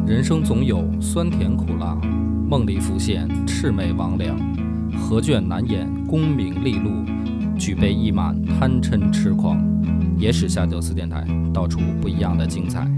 人生总有酸甜苦辣，梦里浮现魑魅魍魉，何卷难掩功名利禄，举杯一满贪嗔痴狂。野史下酒四电台，道出不一样的精彩。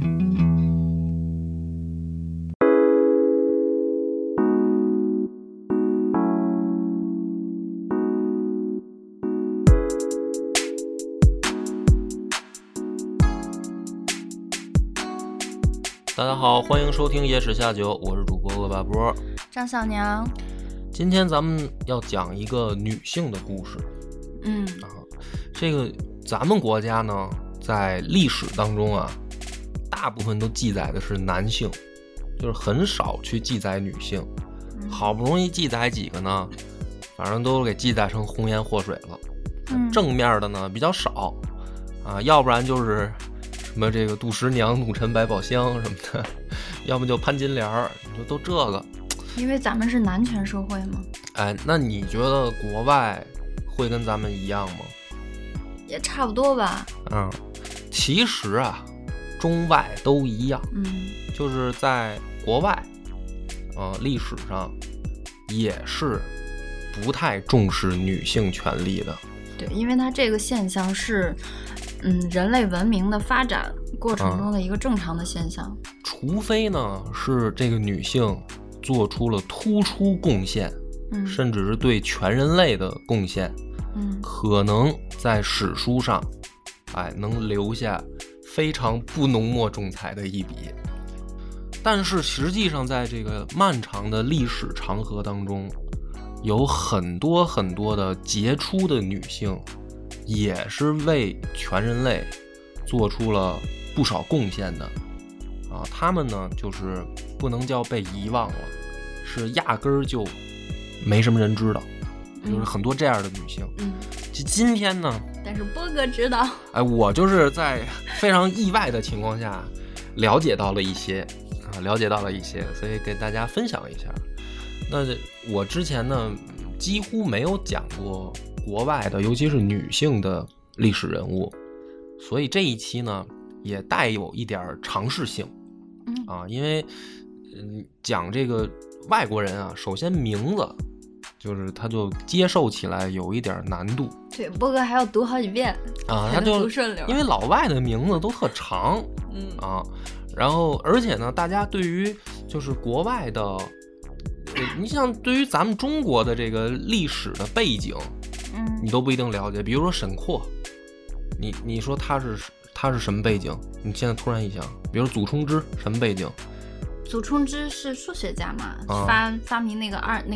大家好，欢迎收听野史下酒，我是主播恶霸波张小娘。 今天咱们要讲一个女性的故事。这个咱们国家呢，在历史当中啊，大部分都记载的是男性，就是很少去记载女性。好不容易记载几个呢，反正都给记载成红颜祸水了。正面的呢比较少啊，要不然就是什么这个杜十娘、怒沉百宝箱什么的，要么就潘金莲，就都这个。 因为咱们是男权社会嘛。 哎，那你觉得国外会跟咱们一样吗？ 也差不多吧。 其实啊，中外都一样。就是在国外，历史上也是不太重视女性权利的。 对，因为它这个现象是人类文明的发展过程中的一个正常的现象。 除非呢是这个女性做出了突出贡献，甚至是对全人类的贡献，可能在史书上能留下非常不浓墨重彩的一笔。但是实际上在这个漫长的历史长河当中，有很多很多的杰出的女性也是为全人类做出了不少贡献的她们呢就是不能叫被遗忘了，是压根儿就没什么人知道，就是很多这样的女性。今天呢， 但是波哥知道， 我就是在非常意外的情况下了解到了一些，所以给大家分享一下。那我之前呢几乎没有讲过国外的，尤其是女性的历史人物，所以这一期呢也带有一点尝试性因为讲这个外国人啊，首先名字就是他就接受起来有一点难度。 对，波哥还要读好几遍他就读顺溜， 因为老外的名字都特长然后而且呢，大家对于就是国外的你像对于咱们中国的这个历史的背景你都不一定了解。比如说沈括，你说他是什么背景？你现在突然一想，比如祖冲之什么背景？ 祖冲之是数学家嘛，发明那个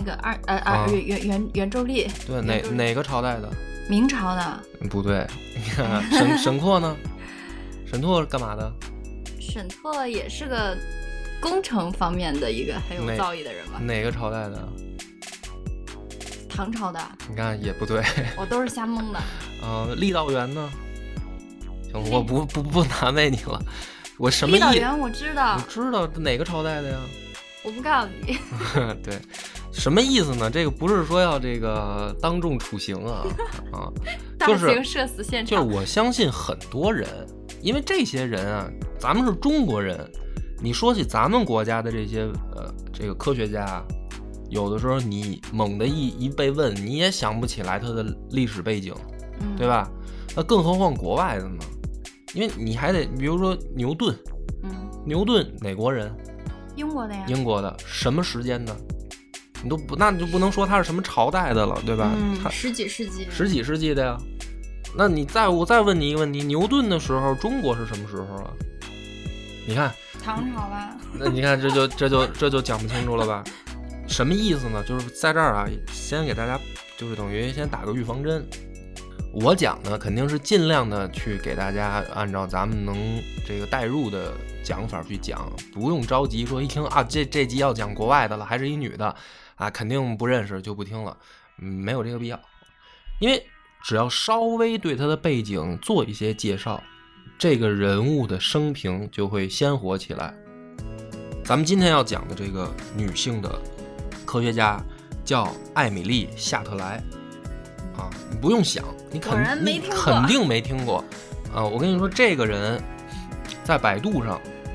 圆周率。 对，哪个朝代的？ 明朝的。 不对，你看沈括呢？沈括是干嘛的？ 沈括也是个工程方面的一个很有造诣的人吧？ 哪个朝代的？ 唐朝的。 你看也不对， 我都是瞎蒙的。 郦道元呢？行，我不难为你了。我什么意？ 郦道元我知道。 你知道哪个朝代的呀？ 我不告诉你。 对，什么意思呢？这个不是说要这个当众处刑大刑社死现场。 就是我相信很多人，因为这些人啊，咱们是中国人，你说起咱们国家的这些这个科学家，有的时候你猛地一被问，你也想不起来他的历史背景，对吧？那更何况国外的呢？因为你还得，比如说牛顿，牛顿哪国人？ 英国的呀。 英国的，什么时间的？那你就不能说他是什么朝代的了，对吧？ 十几世纪的呀。那我再问你一个问题，牛顿的时候，中国是什么时候啊？你看唐朝吧。 那你看这就讲不清楚了吧？什么意思呢？就是在这儿啊，先给大家就是等于先打个预防针。我讲呢，肯定是尽量的去给大家按照咱们能这个带入的讲法去讲，不用着急说一听这集要讲国外的了，还是一女的肯定不认识就不听了，没有这个必要。因为只要稍微对她的背景做一些介绍，这个人物的生平就会鲜活起来。咱们今天要讲的这个女性的科学家叫艾米丽·夏特莱你不用想，你肯定没听过我跟你说，这个人在百度上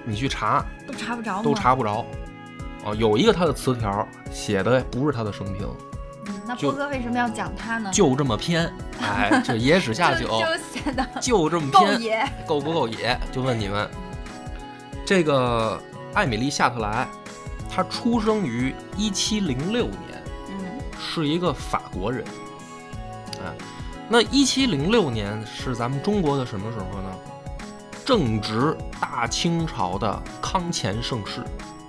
你去查都查不着吗？ 都查不着。有一个他的词条写的不是他的生平。 那波哥为什么要讲他呢？ 就这么偏，哎，这野史下酒就显得就这么偏， 够野， 够不够野？就问你们，这个艾米丽·夏特莱，她出生于1706年，是一个法国人。那1706年是咱们中国的什么时候呢？正值大清朝的康乾盛世。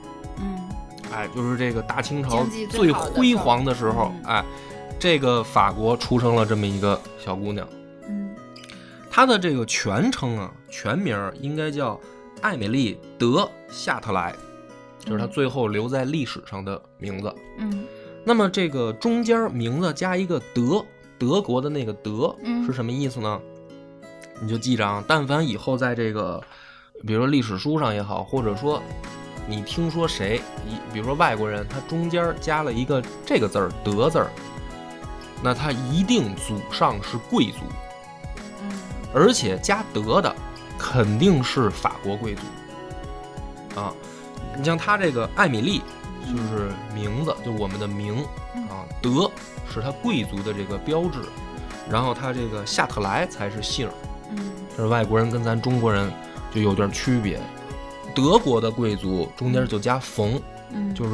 就是这个大清朝最辉煌的时候，这个法国出生了这么一个小姑娘。她的这个全称啊，全名应该叫艾米丽·德夏特莱，就是她最后留在历史上的名字。那么这个中间名字加一个德，德国的那个德是什么意思呢？你就记着啊，但凡以后在这个比如说历史书上也好，或者说你听说谁，比如说外国人，他中间加了一个这个字儿德字儿，那他一定祖上是贵族，而且加德的肯定是法国贵族啊。你像他这个艾米丽就是名字，就是我们的名啊，德是他贵族的这个标志，然后他这个夏特莱才是姓，就是外国人跟咱中国人就有点区别。德国的贵族中间就加冯，就是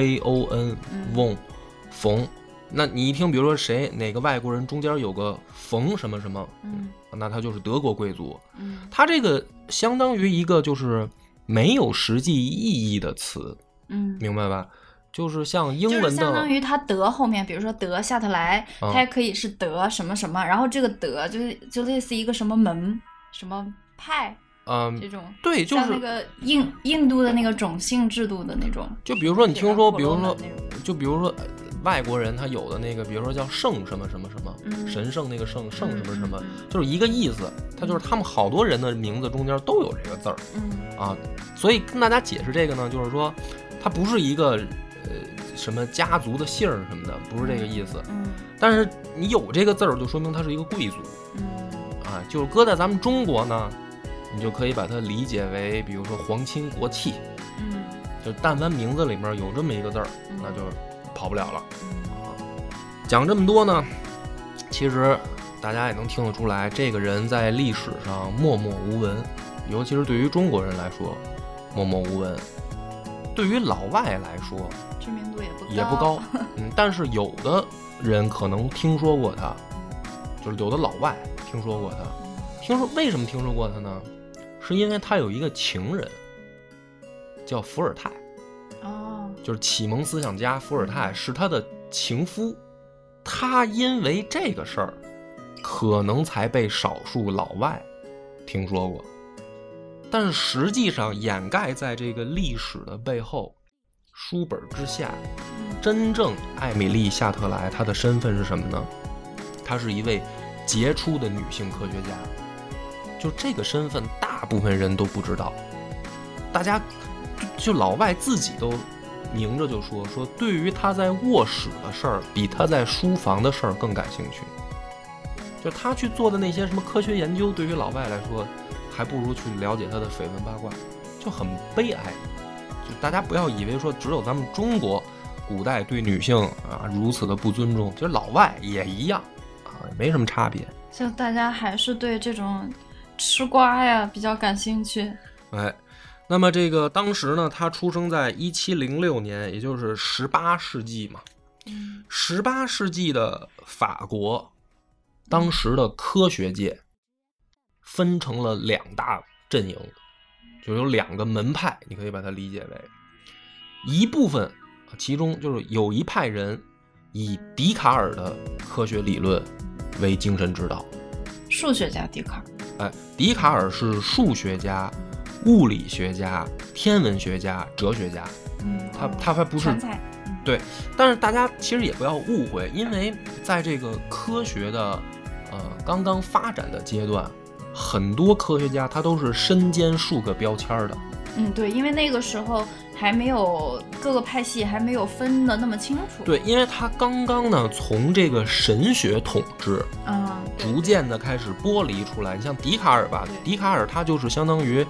VON 翁冯。那你一听，比如说谁哪个外国人中间有个冯什么什么，那他就是德国贵族。他这个相当于一个就是没有实际意义的词，明白吧？就是像英文的， 就是相当于他德后面，比如说德夏特莱，它也可以是德什么什么，然后这个德就类似一个什么门什么派。这种对，就是像那个印度的那个种姓制度的那种。 就比如说你听说，比如说外国人他有的那个，比如说叫圣什么什么什么，神圣那个圣什么什么，就是一个意思。他就是他们好多人的名字中间都有这个字儿，所以跟大家解释这个呢，就是说它不是一个什么家族的姓什么的，不是这个意思。但是你有这个字儿，就说明他是一个贵族。就是搁在咱们中国呢，你就可以把它理解为，比如说皇亲国戚，就但凡名字里面有这么一个字儿，那就跑不了了。讲这么多呢，其实大家也能听得出来，这个人在历史上默默无闻，尤其是对于中国人来说，默默无闻。对于老外来说， 知名度也不高。但是有的人可能听说过他，就是有的老外听说过他。为什么听说过他呢？是因为他有一个情人叫伏尔泰，就是启蒙思想家伏尔泰是他的情夫，他因为这个事儿可能才被少数老外听说过。但是实际上掩盖在这个历史的背后，书本之下，真正艾米丽·夏特莱她的身份是什么呢？她是一位杰出的女性科学家。就这个身份大部分人都不知道，大家就老外自己都明着就说对于他在卧室的事儿比他在书房的事儿更感兴趣，就他去做的那些什么科学研究，对于老外来说还不如去了解他的绯闻八卦，就很悲哀。就大家不要以为说只有咱们中国古代对女性如此的不尊重，其实老外也一样没什么差别。 就大家还是对这种吃瓜呀比较感兴趣。 那么这个当时呢，他出生在1706年，也就是18世纪嘛。18世纪的法国，当时的科学界分成了2大阵营，就有2个门派，你可以把它理解为一部分，其中就是有一派人以笛卡尔的科学理论为精神指导。 数学家笛卡尔， 笛卡尔是数学家、物理学家、天文学家、哲学家，他还不是全才。 对，但是大家其实也不要误会，因为在这个科学的刚刚发展的阶段，很多科学家他都是身兼数个标签的。 对，因为那个时候还没有各个派系还没有分得那么清楚。 对，因为他刚刚呢从这个神学统治逐渐的开始剥离出来。你像笛卡尔吧，笛卡尔他就是相当于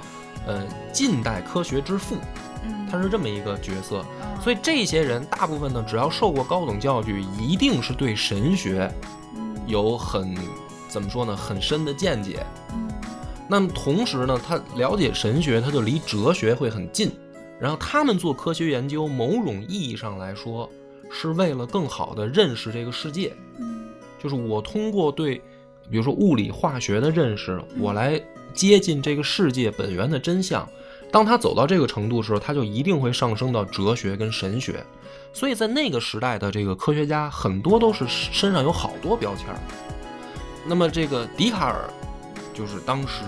近代科学之父，他是这么一个角色。所以这些人大部分呢，只要受过高等教育，一定是对神学有怎么说呢，很深的见解。那么同时呢，他了解神学，他就离哲学会很近。然后他们做科学研究，某种意义上来说，是为了更好的认识这个世界。就是我通过对比如说物理化学的认识，我来接近这个世界本源的真相。当他走到这个程度的时候，他就一定会上升到哲学跟神学。所以在那个时代的这个科学家很多都是身上有好多标签。那么这个笛卡尔就是当时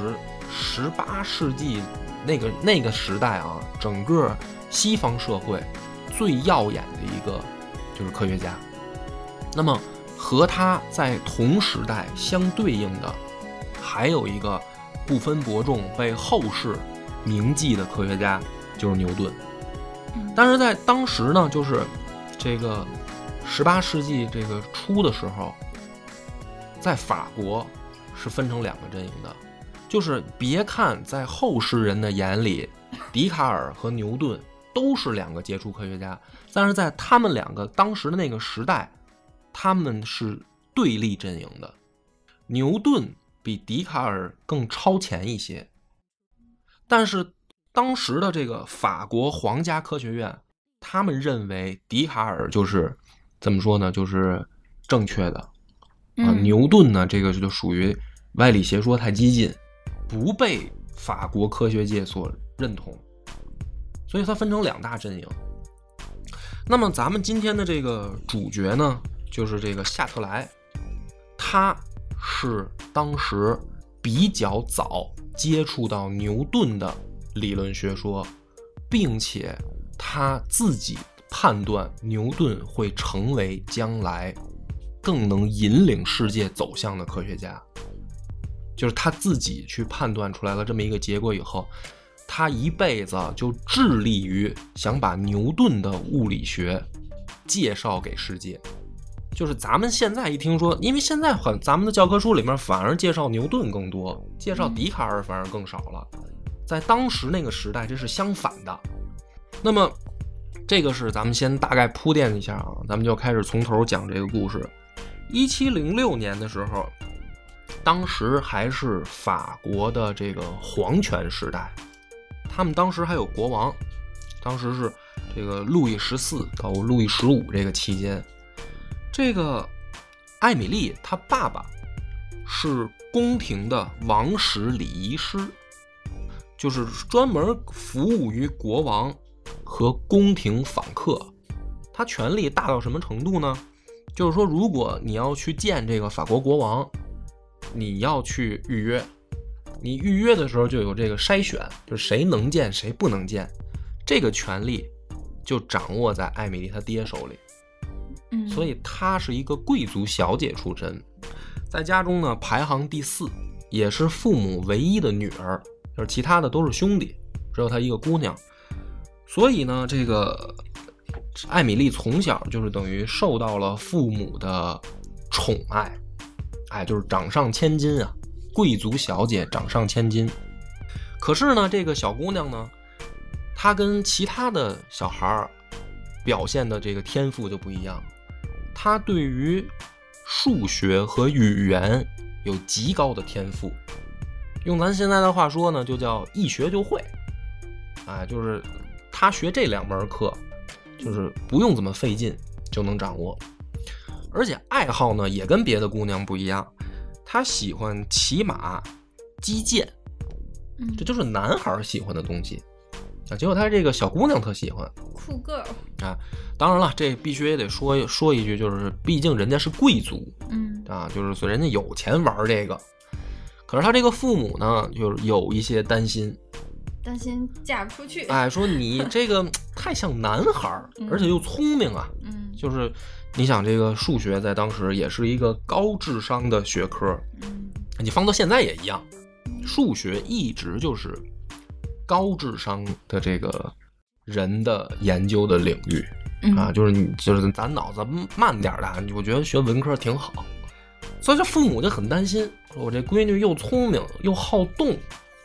18世纪那个时代啊，整个西方社会最耀眼的一个就是科学家。那么和他在同时代相对应的还有一个不分伯仲被后世铭记的科学家，就是牛顿。但是在当时呢，就是这个18世纪这个初的时候，在法国是分成2个阵营的。就是别看在后世人的眼里，笛卡尔和牛顿都是2个杰出科学家，但是在他们2个当时的那个时代，他们是对立阵营的。牛顿比笛卡尔更超前一些，但是当时的这个法国皇家科学院，他们认为笛卡尔就是怎么说呢，就是正确的牛顿呢，这个就属于歪理邪说太激进，不被法国科学界所认同，所以它分成2大阵营。那么咱们今天的这个主角呢，就是这个夏特莱，他是当时比较早接触到牛顿的理论学说，并且他自己判断牛顿会成为将来更能引领世界走向的科学家。就是他自己去判断出来了这么一个结果以后，他一辈子就致力于想把牛顿的物理学介绍给世界。就是咱们现在一听说，因为现在咱们的教科书里面反而介绍牛顿更多，介绍笛卡尔反而更少了。在当时那个时代这是相反的。那么这个是咱们先大概铺垫一下啊，咱们就开始从头讲这个故事。1706年的时候，当时还是法国的这个皇权时代，他们当时还有国王，当时是这个路易14到路易15这个期间。这个艾米丽她爸爸是宫廷的王室礼仪师，就是专门服务于国王和宫廷访客。他权力大到什么程度呢？就是说如果你要去见这个法国国王，你要去预约，你预约的时候就有这个筛选，就是谁能见谁不能见，这个权力就掌握在艾米丽她爹手里。所以她是一个贵族小姐出身，在家中呢排行第4，也是父母唯一的女儿，就是其他的都是兄弟，只有她一个姑娘。所以呢这个艾米丽从小就是等于受到了父母的宠爱，就是掌上千金啊，贵族小姐掌上千金。可是呢这个小姑娘呢，她跟其他的小孩表现的这个天赋就不一样，她对于数学和语言有极高的天赋，用咱现在的话说呢，就叫一学就会。就是她学这2门课就是不用怎么费劲就能掌握。而且爱好呢也跟别的姑娘不一样，她喜欢骑马击剑，这就是男孩喜欢的东西结果她这个小姑娘特喜欢酷 girl 当然了，这必须也得说一句，就是毕竟人家是贵族就是所以人家有钱玩这个。可是她这个父母呢就是有一些担心嫁不出去， 说你这个太像男孩而且又聪明就是你想这个数学在当时也是一个高智商的学科，你放到现在也一样，数学一直就是高智商的这个人的研究的领域就是咱脑子慢点的，我觉得学文科挺好。所以这父母就很担心，说我这闺女又聪明又好动，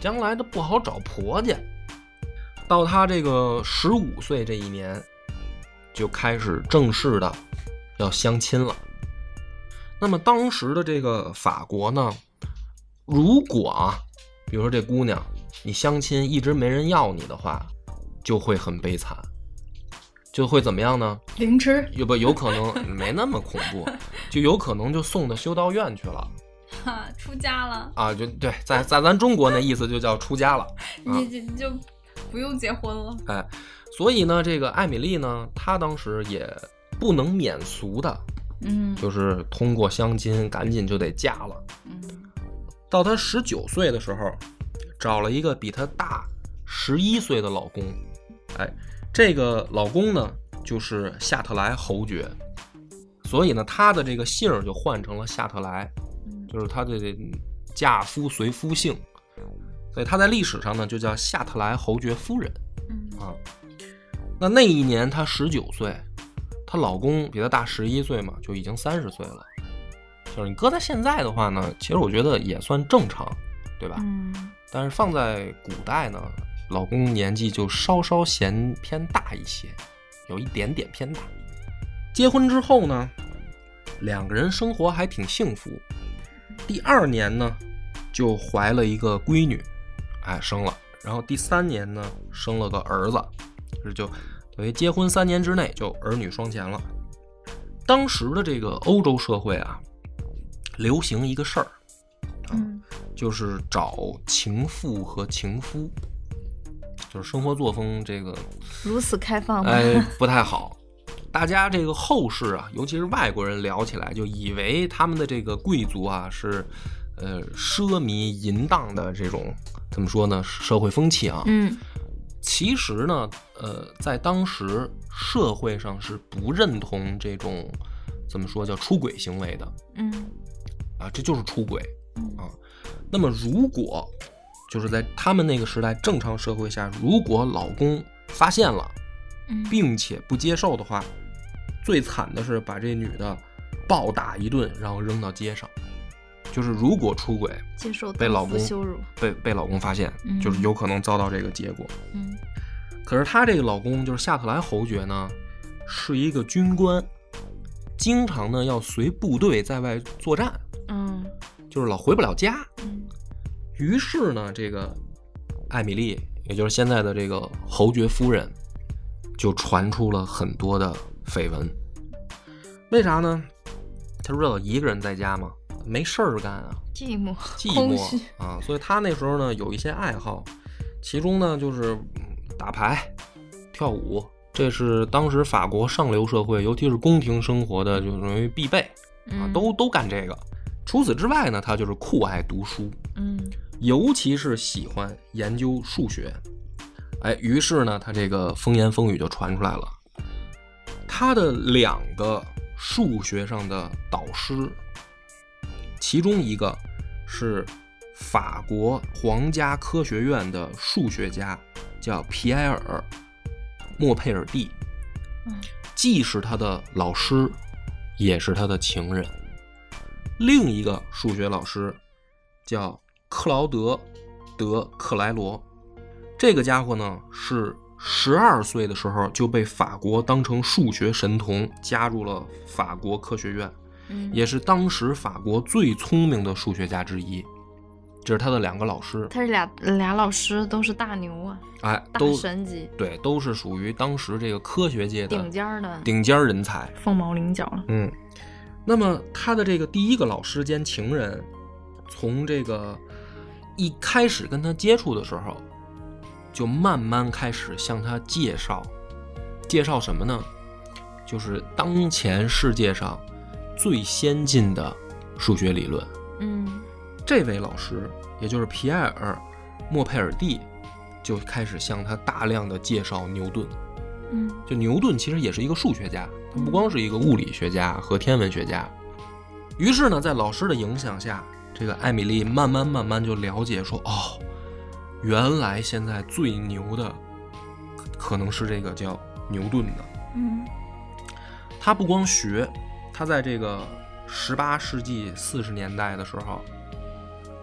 将来的不好找婆家。到他这个15岁这一年，就开始正式的要相亲了。那么当时的这个法国呢，如果比如说这姑娘你相亲一直没人要你的话，就会很悲惨，就会怎么样呢？ 凌迟？ 有可能没那么恐怖，就有可能就送到修道院去了。 出家了啊？就对，在咱中国那意思就叫出家了， 你就不用结婚了。 哎，所以呢，这个艾米丽呢，她当时也不能免俗的，就是通过相亲，赶紧就得嫁了。到她19岁的时候，找了一个比她大11岁的老公。哎，这个老公呢，就是夏特莱侯爵，所以呢，她的这个姓就换成了夏特莱。就是他的嫁夫随夫姓，所以他在历史上呢就叫夏特莱侯爵夫人。那一年她19岁，她老公比她大11岁嘛，就已经30岁了。就是你搁在现在的话呢，其实我觉得也算正常，对吧？但是放在古代呢，老公年纪就稍稍嫌偏大一些，有一点点偏大。结婚之后呢，两个人生活还挺幸福。第2年呢，就怀了一个闺女，生了。然后第3年呢，生了个儿子，就等于结婚3年之内就儿女双全了。当时的这个欧洲社会流行一个事儿，就是找情妇和情夫，就是生活作风这个如此开放吗？ 不太好。大家这个后世尤其是外国人聊起来，就以为他们的这个贵族是奢靡淫荡的这种怎么说呢社会风气其实呢在当时社会上是不认同这种怎么说叫出轨行为的。这就是出轨那么如果就是在他们那个时代正常社会下，如果老公发现了并且不接受的话，最惨的是把这女的暴打一顿，然后扔到街上。就是如果出轨， 接受被老公羞辱， 被老公发现，就是有可能遭到这个结果。可是她这个老公就是夏特莱侯爵呢，是一个军官，经常呢要随部队在外作战，就是老回不了家。于是呢，这个艾米丽，也就是现在的这个侯爵夫人，就传出了很多的绯闻。为啥呢？他说一个人在家嘛，没事儿干寂寞所以他那时候呢有一些爱好，其中呢就是打牌、跳舞，这是当时法国上流社会，尤其是宫廷生活的就容易必备都干这个。除此之外呢，他就是酷爱读书，尤其是喜欢研究数学。于是呢，他这个风言风语就传出来了。他的2个数学上的导师，其中一个是法国皇家科学院的数学家，叫皮埃尔·莫佩尔蒂，既是他的老师，也是他的情人。另一个数学老师叫克劳德·德克莱罗，这个家伙呢是12岁的时候就被法国当成数学神童，加入了法国科学院，也是当时法国最聪明的数学家之一。这是他的2个老师， 他是俩老师都是大牛大神级， 对，都是属于当时这个科学界的顶尖人才， 凤毛麟角了。 那么他的这个第1个老师兼情人，从这个一开始跟他接触的时候，就慢慢开始向他介绍什么呢？就是当前世界上最先进的数学理论。这位老师也就是皮埃尔·莫佩尔蒂，就开始向他大量的介绍牛顿。就牛顿其实也是一个数学家，他不光是一个物理学家和天文学家。于是呢，在老师的影响下，这个艾米丽慢慢就了解说，原来现在最牛的可能是这个叫牛顿的。他不光学，他在这个18世纪40年代的时候，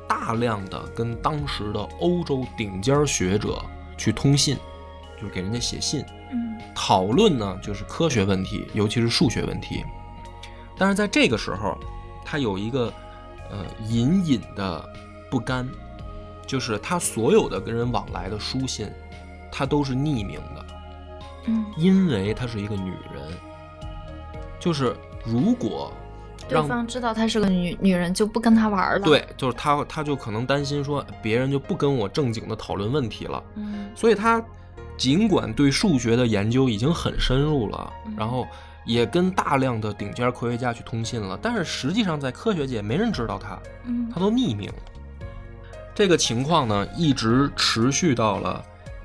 大量的跟当时的欧洲顶尖学者去通信，就是给人家写信，讨论呢就是科学问题，尤其是数学问题。但是在这个时候，他有一个隐隐的不甘，就是他所有的跟人往来的书信，他都是匿名的，因为她是一个女人，就是如果对方知道她是个女人，就不跟她玩了。 对，就是他就可能担心说别人就不跟我正经的讨论问题了。所以他尽管对数学的研究已经很深入了，然后也跟大量的顶尖科学家去通信了，但是实际上在科学界没人知道他，他都匿名。这个情况呢，一直持续到了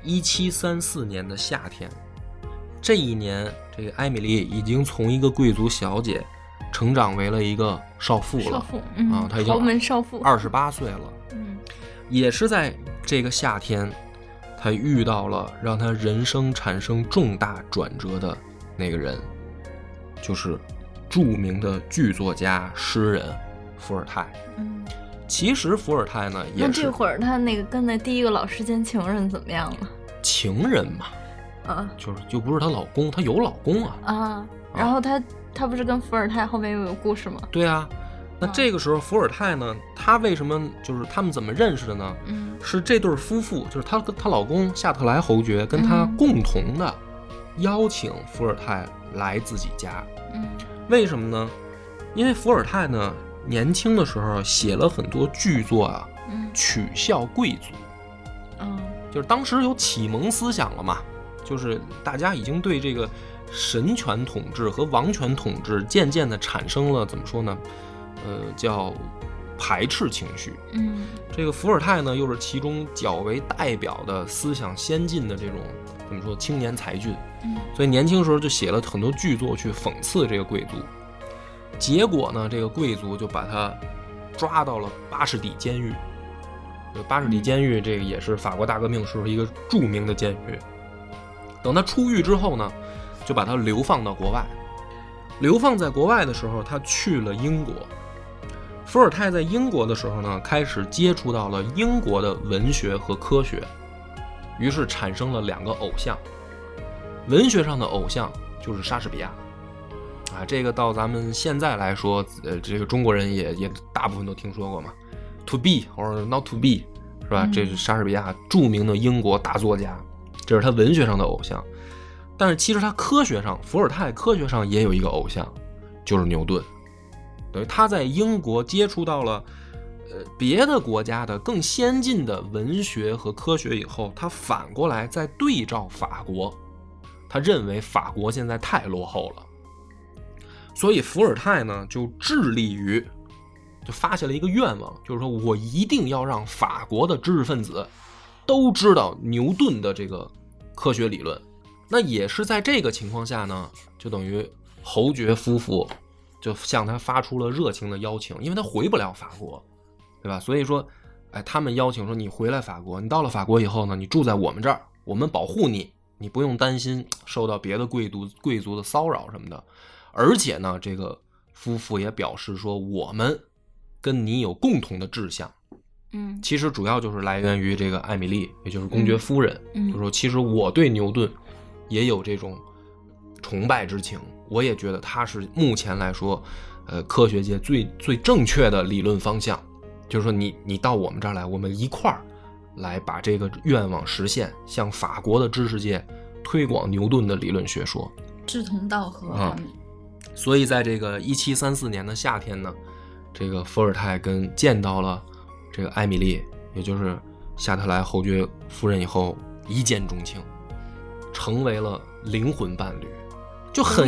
1734年的夏天。这一年，这个艾米丽已经从一个贵族小姐成长为了一个少妇了。少妇，她已经豪门少妇28岁了。也是在这个夏天，她遇到了让她人生产生重大转折的那个人，就是著名的剧作家、诗人伏尔泰。其实伏尔泰呢，也是。那这会儿他那个跟那第一个老师兼情人怎么样了？ 情人嘛。就不是她老公，她有老公啊。 然后她不是跟伏尔泰后面又有故事吗？ 对啊，那这个时候伏尔泰呢，他为什么就是他们怎么认识的呢？是这对夫妇，就是她跟她老公夏特莱侯爵跟她共同的邀请伏尔泰来自己家。为什么呢？因为伏尔泰呢年轻的时候写了很多剧作啊，取笑贵族。就是当时有启蒙思想了嘛。就是大家已经对这个神权统治和王权统治渐渐的产生了怎么说呢？叫排斥情绪。这个伏尔泰呢，又是其中较为代表的思想先进的这种怎么说青年才俊。所以年轻时候就写了很多剧作去讽刺这个贵族。结果呢，这个贵族就把他抓到了巴士底监狱。巴士底监狱这个也是法国大革命时候一个著名的监狱。等他出狱之后呢，就把他流放到国外。流放在国外的时候，他去了英国。伏尔泰在英国的时候呢，开始接触到了英国的文学和科学，于是产生了两个偶像。文学上的偶像就是莎士比亚这个到咱们现在来说，这个中国人也大部分都听说过嘛。To be or not to be， 是吧？这是莎士比亚著名的英国大作家。这是他文学上的偶像。但是其实他科学上，伏尔泰科学上也有一个偶像，就是牛顿。等于他在英国接触到了别的国家的更先进的文学和科学以后，他反过来再对照法国，他认为法国现在太落后了。所以伏尔泰呢就致力于，就发下了一个愿望，就是说我一定要让法国的知识分子都知道牛顿的这个科学理论。那也是在这个情况下呢，就等于侯爵夫妇就向他发出了热情的邀请，因为他回不了法国，对吧？所以说他们邀请说你回来法国，你到了法国以后呢，你住在我们这儿，我们保护你，你不用担心受到别的贵族的骚扰什么的。而且呢，这个夫妇也表示说我们跟你有共同的志向。其实主要就是来源于这个艾米丽，也就是公爵夫人，就说其实我对牛顿也有这种崇拜之情，我也觉得他是目前来说科学界最正确的理论方向。就是说你到我们这儿来，我们一块儿来把这个愿望实现，向法国的知识界推广牛顿的理论学说， 志同道合。 所以在这个1734年的夏天呢，这个伏尔泰见到了这个艾米丽，也就是夏特莱侯爵夫人以后，一见钟情，成为了灵魂伴侣。就很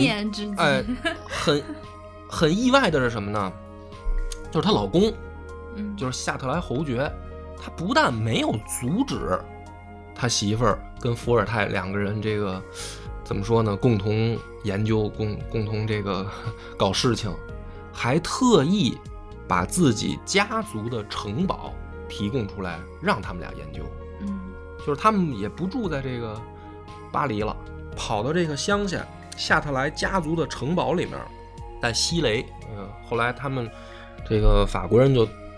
很意外的是什么呢？就是她老公，就是夏特莱侯爵，他不但没有阻止他媳妇儿跟伏尔泰两个人这个怎么说呢，共同研究共同这个搞事情，还特意把自己家族的城堡提供出来让他们俩研究。就是他们也不住在这个巴黎了，跑到这个乡下夏特莱家族的城堡里面，在西雷后来他们这个法国人就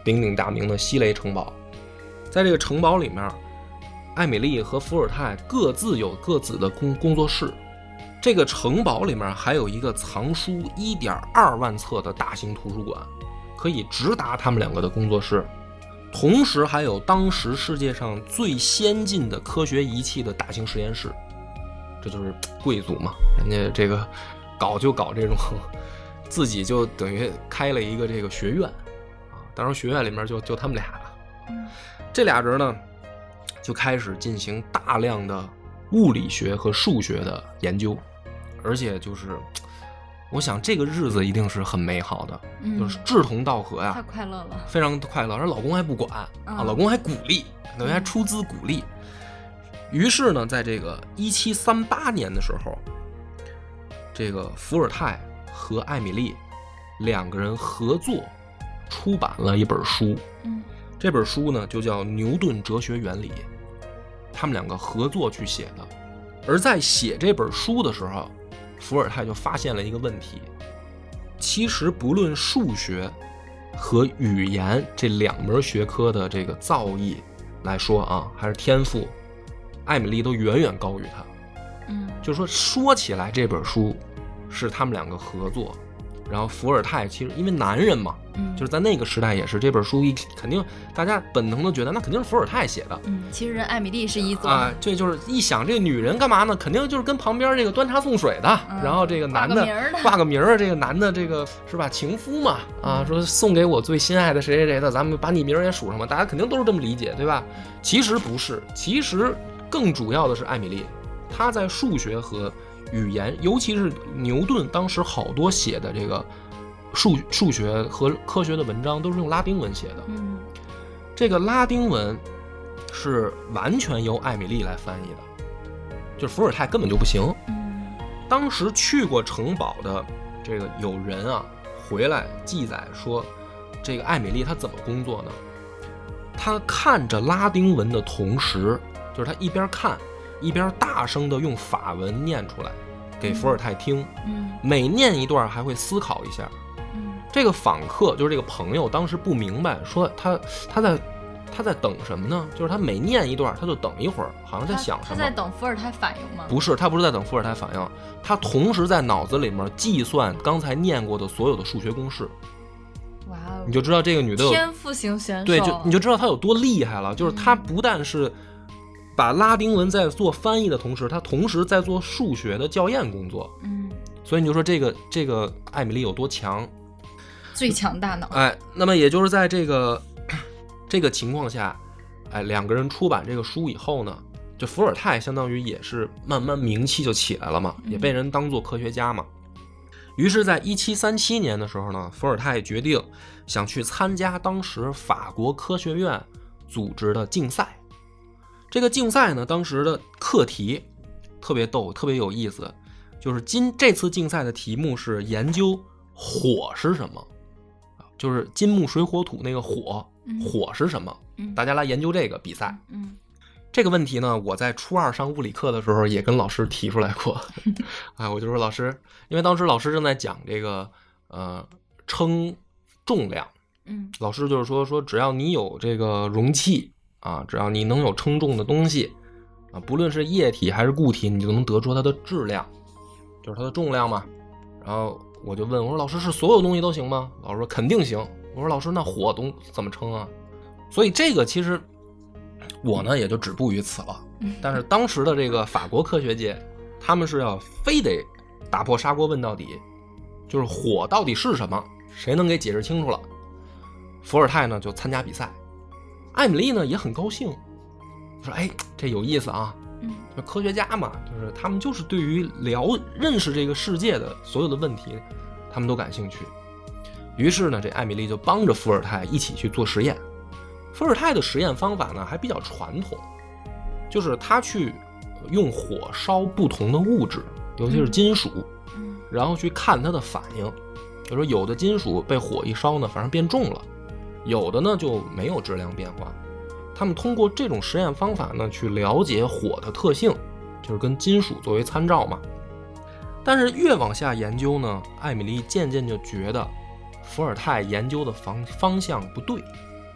鼎鼎大名的西雷城堡。在这个城堡里面，艾米丽和伏尔泰各自有各自的工作室。这个城堡里面还有一个藏书1.2万册的大型图书馆，可以直达他们两个的工作室。同时还有当时世界上最先进的科学仪器的大型实验室。这就是贵族嘛，人家这个搞这种，自己就等于开了一个这个学院啊。当然学院里面就他们俩了。这俩人呢就开始进行大量的物理学和数学的研究，而且就是我想这个日子一定是很美好的，就是志同道合呀， 太快乐了， 非常快乐。而老公还不管啊，老公还鼓励，等于还出资鼓励。于是呢，在这个1738年的时候，这个伏尔泰和艾米丽两个人合作出版了一本书。这本书呢就叫《牛顿哲学原理》，他们两个合作去写的。而在写这本书的时候，伏尔泰就发现了一个问题，其实不论数学和语言这两门学科的这个造诣来说啊，还是天赋，艾米丽都远远高于他。就是说起来这本书是他们两个合作，然后伏尔泰其实因为男人嘛，就是在那个时代也是这本书肯定大家本能的觉得那肯定是伏尔泰写的。 其实人艾米丽是一作啊，这就是一想这个女人干嘛呢？肯定就是跟旁边这个端茶送水的，然后这个男的挂个名儿，这个男的这个是吧情夫嘛啊，说送给我最心爱的谁谁谁的，咱们把你名儿也数上嘛，大家肯定都是这么理解，对吧？其实不是，其实更主要的是艾米丽，她在数学和语言，尤其是牛顿当时好多写的这个数学和科学的文章都是用拉丁文写的。这个拉丁文是完全由艾米丽来翻译的，就是伏尔泰根本就不行。当时去过城堡的这个有人啊，回来记载说，这个艾米丽她怎么工作呢？她看着拉丁文的同时，就是她一边看一边大声的用法文念出来给伏尔泰听，每念一段还会思考一下。这个访客就是这个朋友当时不明白，说他在等什么呢？就是他每念一段他就等一会儿，好像在想什么。 他在等伏尔泰反应吗？ 不是，他不是在等伏尔泰反应，他同时在脑子里面计算刚才念过的所有的数学公式。 哇哦！ 你就知道这个女的有天赋型选手， 对，你就知道她有多厉害了。就是她不但是把拉丁文在做翻译的同时，她同时在做数学的校验工作。所以你就说这个艾米丽有多强。 最强大脑。 那么也就是在这个情况下，两个人出版这个书以后呢，就伏尔泰相当于也是慢慢名气就起来了嘛，也被人当作科学家嘛。于是在1737年的时候呢，伏尔泰决定想去参加当时法国科学院组织的竞赛。这个竞赛呢，当时的课题特别逗，特别有意思，就是这次竞赛的题目是研究火是什么，就是金木水火土那个火是什么，大家来研究这个比赛。这个问题呢，我在初二上物理课的时候也跟老师提出来过。我就说老师，因为当时老师正在讲这个称重量，老师就是说只要你有这个容器啊，只要你能有称重的东西啊，不论是液体还是固体，你就能得出它的质量，就是它的重量嘛。然后我就问我说老师，是所有东西都行吗？老师说肯定行。我说老师，那火怎么称啊？所以这个其实我呢也就止步于此了。但是当时的这个法国科学界，他们是要非得打破砂锅问到底，就是火到底是什么，谁能给解释清楚了。伏尔泰呢就参加比赛，艾米丽呢也很高兴，说这有意思啊。就科学家嘛，就是他们就是对于认识这个世界的所有的问题他们都感兴趣。于是呢，这艾米丽就帮着伏尔泰一起去做实验。伏尔泰的实验方法呢还比较传统，就是他去用火烧不同的物质，尤其是金属，然后去看它的反应。比如说有的金属被火一烧呢反而变重了，有的呢就没有质量变化。他们通过这种实验方法呢去了解火的特性，就是跟金属作为参照嘛。但是越往下研究呢，艾米丽渐渐就觉得伏尔泰研究的方向不对，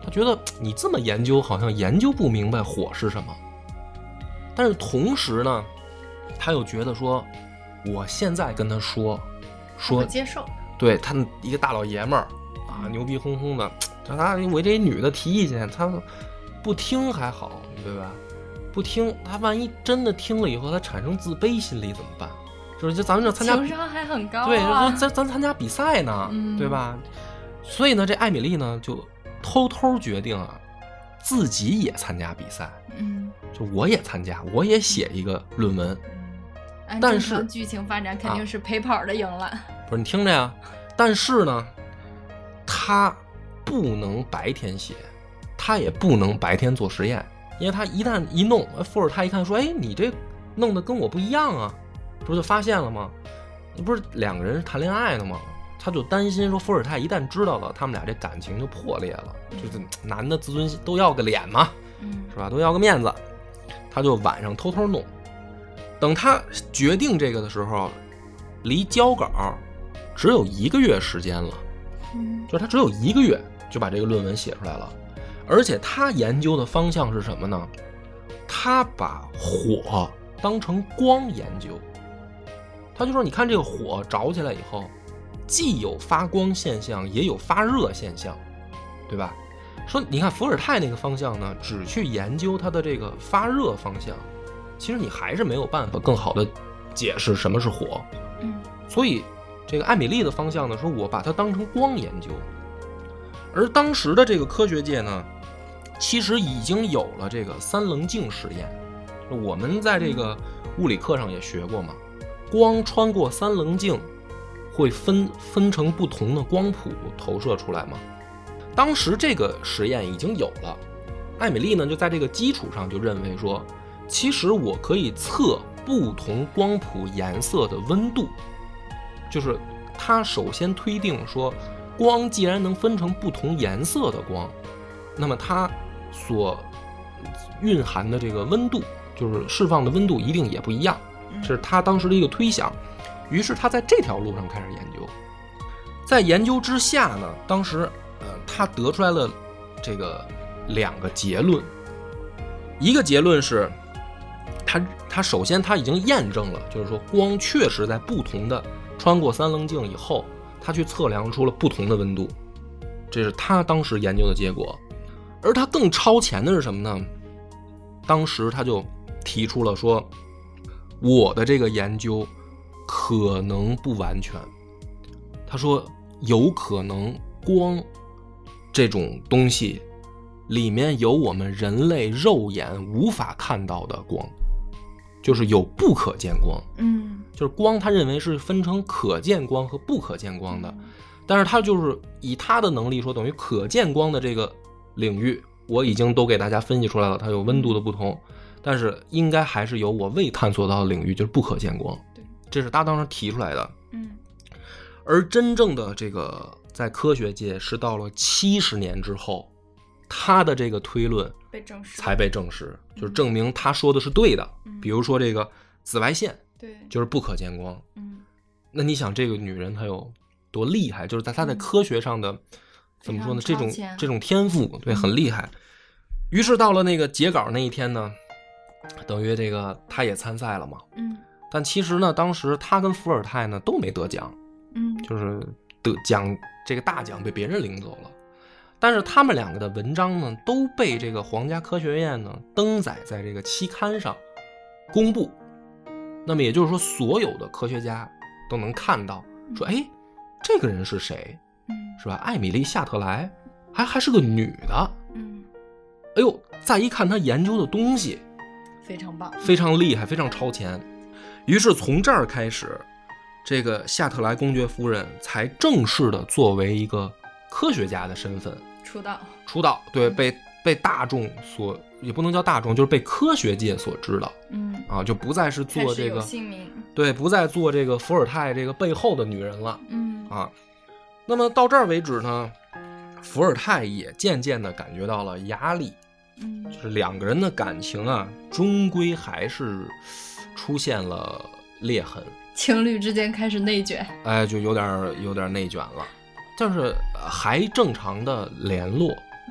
他觉得你这么研究好像研究不明白火是什么。但是同时呢，他又觉得说我现在跟他说不接受， 对，他一个大老爷们儿啊，牛逼哄哄的，他我这女的提意见他不听还好，对吧？不听，他万一真的听了以后他产生自卑心理怎么办？就是咱们这参加情商还很高啊， 对，咱参加比赛呢，对吧？所以呢，这艾米丽呢就偷偷决定啊，自己也参加比赛，就我也参加，我也写一个论文。但是剧情发展肯定是陪跑的赢了。 不是，你听着呀，但是呢，他不能白天写，他也不能白天做实验，因为他一旦一弄，伏尔泰一看说，哎，你这弄得跟我不一样啊，不是就发现了吗？你不是两个人是谈恋爱的吗？他就担心说，伏尔泰一旦知道了，他们俩这感情就破裂了，就是男的自尊心都要个脸嘛，是吧？都要个面子，他就晚上偷偷弄。等他决定这个的时候，离交稿只有1个月时间了，就是他只有1个月就把这个论文写出来了。而且他研究的方向是什么呢？他把火当成光研究。他就说，你看这个火着起来以后，既有发光现象，也有发热现象，对吧？说你看伏尔泰那个方向呢，只去研究它的这个发热方向，其实你还是没有办法更好的解释什么是火。所以这个艾米丽的方向呢，说我把它当成光研究。而当时的这个科学界呢，其实已经有了这个三棱镜实验。我们在这个物理课上也学过嘛，光穿过三棱镜会分成不同的光谱投射出来嘛。当时这个实验已经有了，艾米丽呢就在这个基础上就认为说，其实我可以测不同光谱颜色的温度。就是他首先推定说，光既然能分成不同颜色的光，那么它所蕴含的这个温度，就是释放的温度一定也不一样，这是他当时的一个推想。于是他在这条路上开始研究。在研究之下呢，当时他得出来了这个2个结论。一个结论是他首先他已经验证了，就是说光确实在不同的穿过三棱镜以后，他去测量出了不同的温度，这是他当时研究的结果。而他更超前的是什么呢？当时他就提出了说，我的这个研究可能不完全。他说有可能光这种东西里面有我们人类肉眼无法看到的光，就是有不可见光。就是光他认为是分成可见光和不可见光的，但是他就是以他的能力说，等于可见光的这个领域我已经都给大家分析出来了，它有温度的不同，但是应该还是有我未探索到的领域，就是不可见光。这是他当时提出来的。而真正的这个在科学界是到了70年之后，他的这个推论才被证实，就是证明他说的是对的。比如说这个紫外线，对，就是不可见光。那你想这个女人她有多厉害，就是她在科学上的怎么说呢，这种天赋，对，很厉害。于是到了那个截稿那一天呢，等于这个她也参赛了嘛。但其实呢，当时她跟伏尔泰呢都没得奖，就是得奖这个大奖被别人领走了。但是他们2个的文章呢都被这个皇家科学院呢登载在这个期刊上公布。那么也就是说，所有的科学家都能看到说，哎，这个人是谁？是吧？艾米丽·夏特莱还是个女的。哎呦，再一看她研究的东西非常棒， 非常厉害，非常超前。于是从这儿开始，这个夏特莱公爵夫人才正式的作为一个科学家的身份出道。对，被大众所，也不能叫大众，就是被科学界所知道。就不再是做这个，对，不再做这个伏尔泰这个背后的女人了。那么到这儿为止呢，伏尔泰也渐渐的感觉到了压力。就是2个人的感情啊，终归还是出现了裂痕， 情侣之间开始内卷。 就有点内卷了，但是还正常的联络。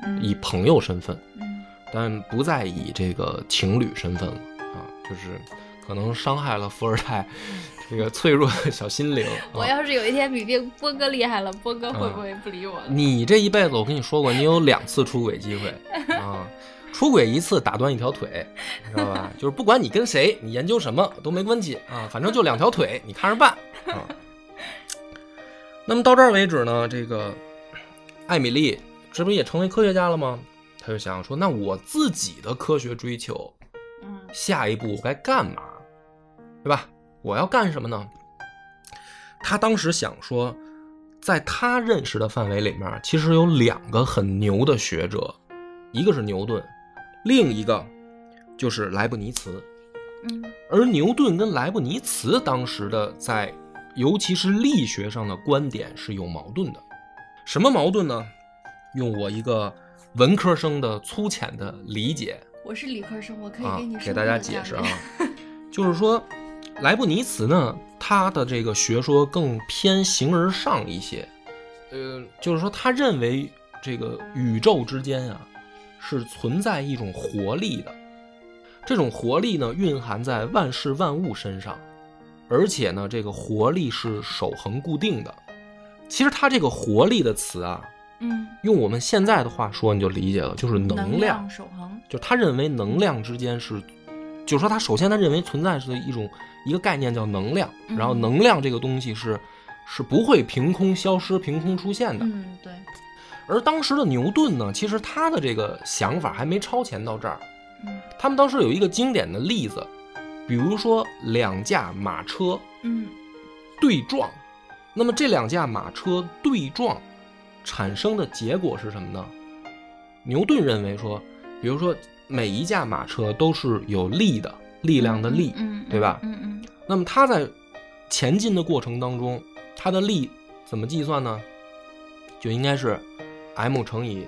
以朋友身份，但不再以这个情侣身份了啊，就是可能伤害了伏尔泰这个脆弱的小心灵。 我要是有一天比波哥厉害了，波哥会不会不理我了？ 你这一辈子我跟你说过，你有2次出轨机会啊，出轨1次打断1条腿，知道吧？就是不管你跟谁，你研究什么都没关系啊，反正就2条腿，你看着办啊。那么到这儿为止呢，这个艾米丽这不也成为科学家了吗？他就想说，那我自己的科学追求，下一步我该干嘛，对吧？我要干什么呢？他当时想说，在他认识的范围里面，其实有2个很牛的学者，一个是牛顿，另一个就是莱布尼茨。而牛顿跟莱布尼茨当时的在尤其是力学上的观点是有矛盾的。什么矛盾呢？用我一个文科生的粗浅的理解， 我是理科生，我可以给你给大家解释啊，就是说莱布尼茨呢，他的这个学说更偏形而上一些，就是说他认为这个宇宙之间啊是存在一种活力的，这种活力呢蕴含在万事万物身上，而且呢这个活力是守恒固定的。其实他这个活力的词啊，用我们现在的话说你就理解了，就是能量守恒。 就他认为能量之间是，就是说他首先他认为存在是一个概念叫能量，然后能量这个东西是不会凭空消失凭空出现的。 对。 而当时的牛顿呢，其实他的这个想法还没超前到这儿。他们当时有一个经典的例子，比如说2架马车对撞，那么这2架马车对撞产生的结果是什么呢？牛顿认为说，比如说每一架马车都是有力的，力量的力，对吧？那么它在前进的过程当中，它的力怎么计算呢？就应该是 m 乘以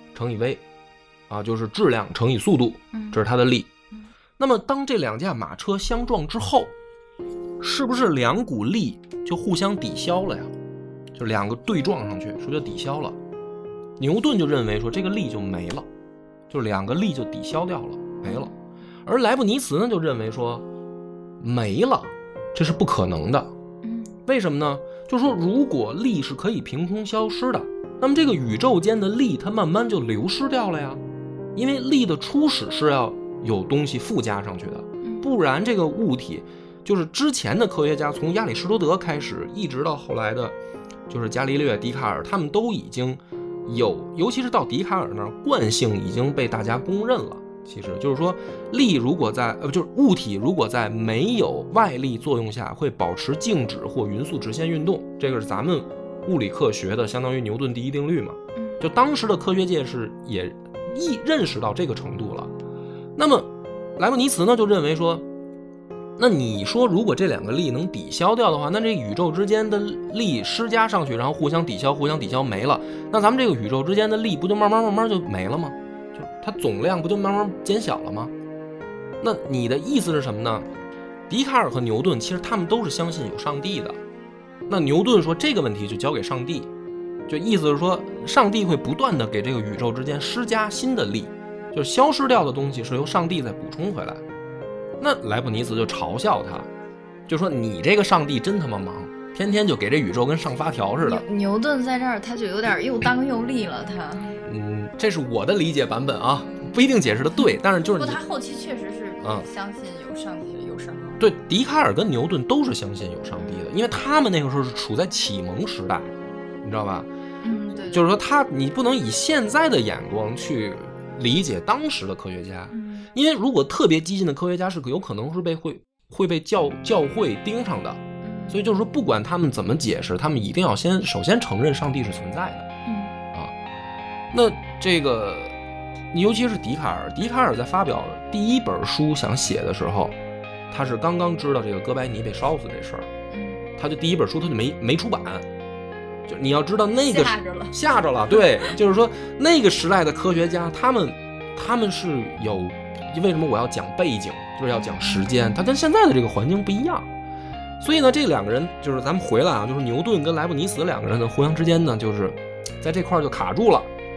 v 啊，就是质量乘以速度，这是它的力。那么当这2架马车相撞之后，是不是2股力就互相抵消了呀？就2个对撞上去，是不是就抵消了？牛顿就认为说这个力就没了，就2个力就抵消掉了，没了。而莱布尼茨呢就认为说没了，这是不可能的。为什么呢？就是说如果力是可以凭空消失的，那么这个宇宙间的力它慢慢就流失掉了呀。因为力的初始是要有东西附加上去的，不然这个物体就是之前的科学家从亚里士多德开始一直到后来的就是伽利略、笛卡尔，他们都已经有，尤其是到笛卡尔那儿，惯性已经被大家公认了。其实就是说力如果在就是物体如果在没有外力作用下会保持静止或匀速直线运动，这个是咱们物理课学的相当于牛顿第一定律嘛。就当时的科学界是也认识到这个程度了。那么莱布尼茨呢就认为说，那你说如果这2个力能抵消掉的话，那这宇宙之间的力施加上去，然后互相抵消没了，那咱们这个宇宙之间的力不就慢慢就没了吗？就它总量不就慢慢减小了吗？那你的意思是什么呢？笛卡尔和牛顿其实他们都是相信有上帝的。那牛顿说这个问题就交给上帝，就意思是说上帝会不断的给这个宇宙之间施加新的力，就是消失掉的东西是由上帝再补充回来。那莱布尼茨就嘲笑他，就说你这个上帝真他妈忙，天天就给这宇宙跟上发条似的。 牛顿在这儿他就有点又当又立了，他这是我的理解版本啊，不一定解释的对，但是就是他后期确实是相信有上帝有神。 对，笛卡尔跟牛顿都是相信有上帝的，因为他们那个时候是处在启蒙时代，你知道吧？ 对， 就是说你不能以现在的眼光去理解当时的科学家，因为如果特别激进的科学家是有可能是会被教会盯上的，所以就是说不管他们怎么解释，他们一定要首先承认上帝是存在的。那这个尤其是笛卡尔在发表第1本书想写的时候，他是刚刚知道这个哥白尼被烧死这事儿，他就第1本书他就没出版。就你要知道那个吓着了，对，就是说那个时代的科学家他们是有，为什么我要讲背景，就是要讲时间，他跟现在的这个环境不一样。所以呢这2个人就是咱们回来啊，就是牛顿跟莱布尼茨2个人的互相之间呢，就是在这块就卡住了。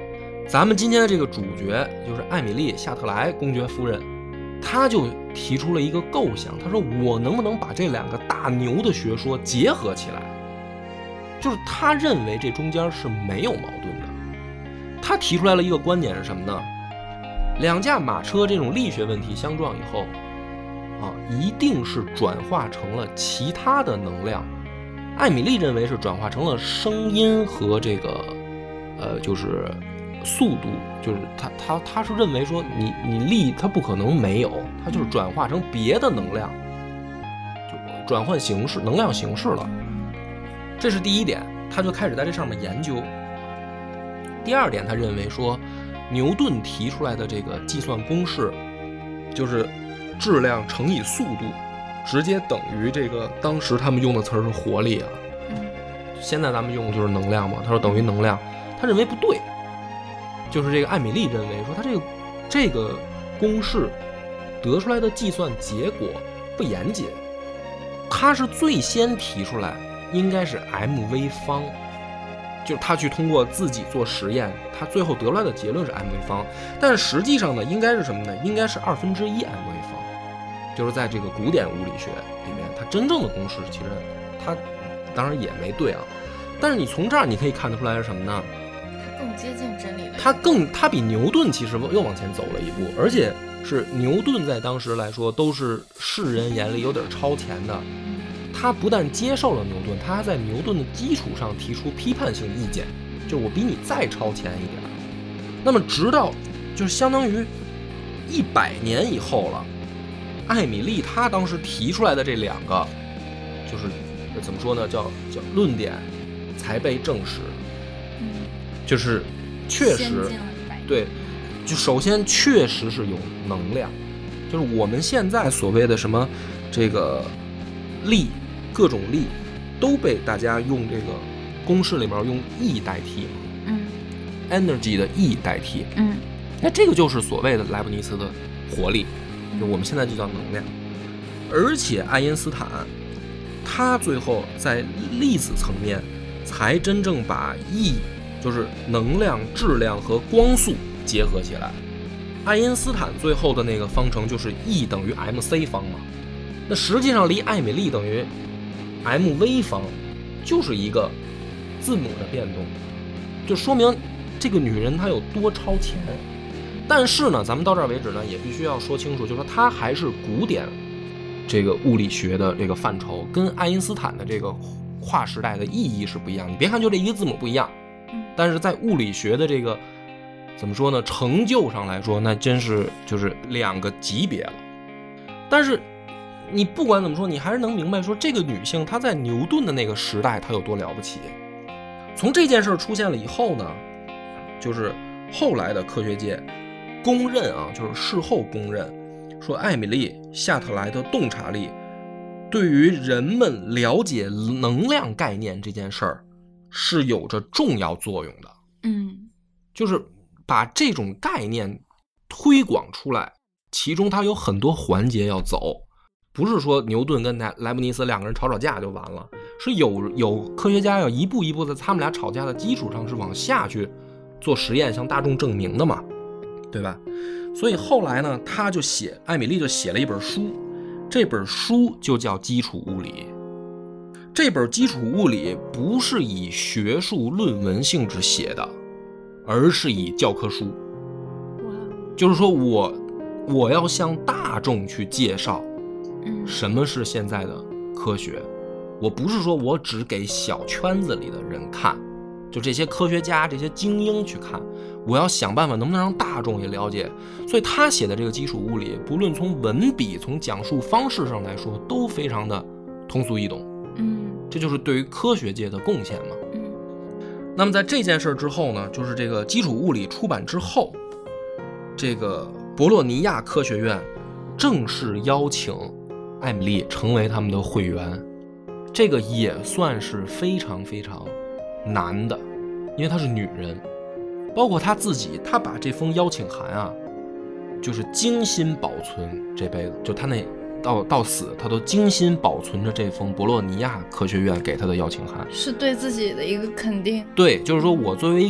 咱们今天的这个主角就是艾米丽·夏特莱公爵夫人，她就提出了一个构想，她说我能不能把这两个大牛的学说结合起来，就是她认为这中间是没有矛盾的。她提出来了一个观点是什么呢？两驾马车这种力学问题相撞以后一定是转化成了其他的能量。艾米丽认为是转化成了声音和这个就是速度，就是他是认为说你力它不可能没有，它就是转化成别的能量，就转换形式能量形式了。这是第一点，他就开始在这上面研究。第二点，他认为说牛顿提出来的这个计算公式就是质量乘以速度直接等于这个，当时他们用的词是活力啊，现在咱们用的就是能量嘛。他说等于能量，他认为不对，就是这个艾米丽认为说他这个公式得出来的计算结果不严谨，他是最先提出来应该是 mv 方，就是他去通过自己做实验，他最后得出来的结论是 mv 方，但实际上呢应该是什么呢？应该是1/2 mv 方。就是在这个古典物理学里面，它真正的公式其实它当然也没对啊，但是你从这儿你可以看得出来是什么呢？ 它更接近真理的。 它比牛顿其实又往前走了一步，而且是牛顿在当时来说都是世人眼里有点超前的。他不但接受了牛顿，他还在牛顿的基础上提出批判性意见，就是我比你再超前一点。那么直到就是相当于100年以后了，艾米丽她当时提出来的这两个，就是怎么说呢，叫论点才被证实。就是确实对，就首先确实是有能量，就是我们现在所谓的什么这个力，各种力都被大家用这个公式里面用 E 代替，energy 的 E 代替，那这个就是所谓的莱布尼茨的活力。我们现在就叫能量。而且爱因斯坦他最后在粒子层面才真正把 E 就是能量、质量和光速结合起来。爱因斯坦最后的那个方程就是 E 等于 mc 方嘛，那实际上离艾米丽等于 mv 方就是一个字母的变动，就说明这个女人她有多超前。但是呢，咱们到这儿为止呢，也必须要说清楚，就是说它还是古典这个物理学的这个范畴，跟爱因斯坦的这个跨时代的意义是不一样。你别看就这一个字母不一样，但是在物理学的这个怎么说呢，成就上来说，那真是就是两个级别了。但是你不管怎么说，你还是能明白说这个女性她在牛顿的那个时代她有多了不起。从这件事出现了以后呢，就是后来的科学界公认啊，就是事后公认说艾米丽·夏特莱的洞察力对于人们了解能量概念这件事儿是有着重要作用的。就是把这种概念推广出来，其中它有很多环节要走，不是说牛顿跟莱布尼茨两个人吵架就完了，是有科学家要一步一步在他们俩吵架的基础上是往下去做实验向大众证明的嘛，对吧？所以后来呢，艾米丽就写了一本书，这本书就叫基础物理。这本基础物理不是以学术论文性质写的，而是以教科书。就是说我要向大众去介绍什么是现在的科学，我不是说我只给小圈子里的人看，就这些科学家这些精英去看，我要想办法能不能让大众也了解。所以他写的这个基础物理，不论从文笔从讲述方式上来说都非常的通俗易懂。这就是对于科学界的贡献嘛。那么在这件事之后呢，就是这个基础物理出版之后，这个博洛尼亚科学院正式邀请艾米丽成为他们的会员。这个也算是非常非常难的，因为她是女人。包括她自己，她把这封邀请函啊，就是精心保存，这辈子就她那到死她都精心保存着这封博洛尼亚科学院给她的邀请函， 是对自己的一个肯定。 对，就是说我作为一个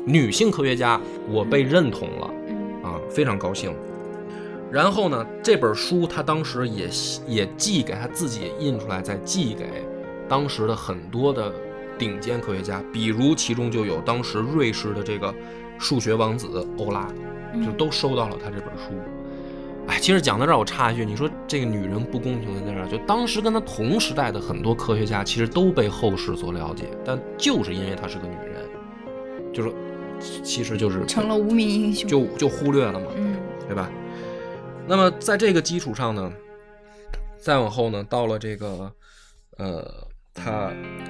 女性科学家，我被认同了啊，非常高兴。然后呢，这本书他当时也寄给他自己印出来，再寄给当时的很多的顶尖科学家，比如其中就有当时瑞士的这个数学王子欧拉，就都收到了他这本书。哎，其实讲到这儿我插一句，你说这个女人不公平在这儿，就当时跟她同时代的很多科学家其实都被后世所了解，但就是因为她是个女人，就是其实就是成了无名英雄， 就忽略了嘛，对吧？那么在这个基础上呢，再往后呢，到了这个他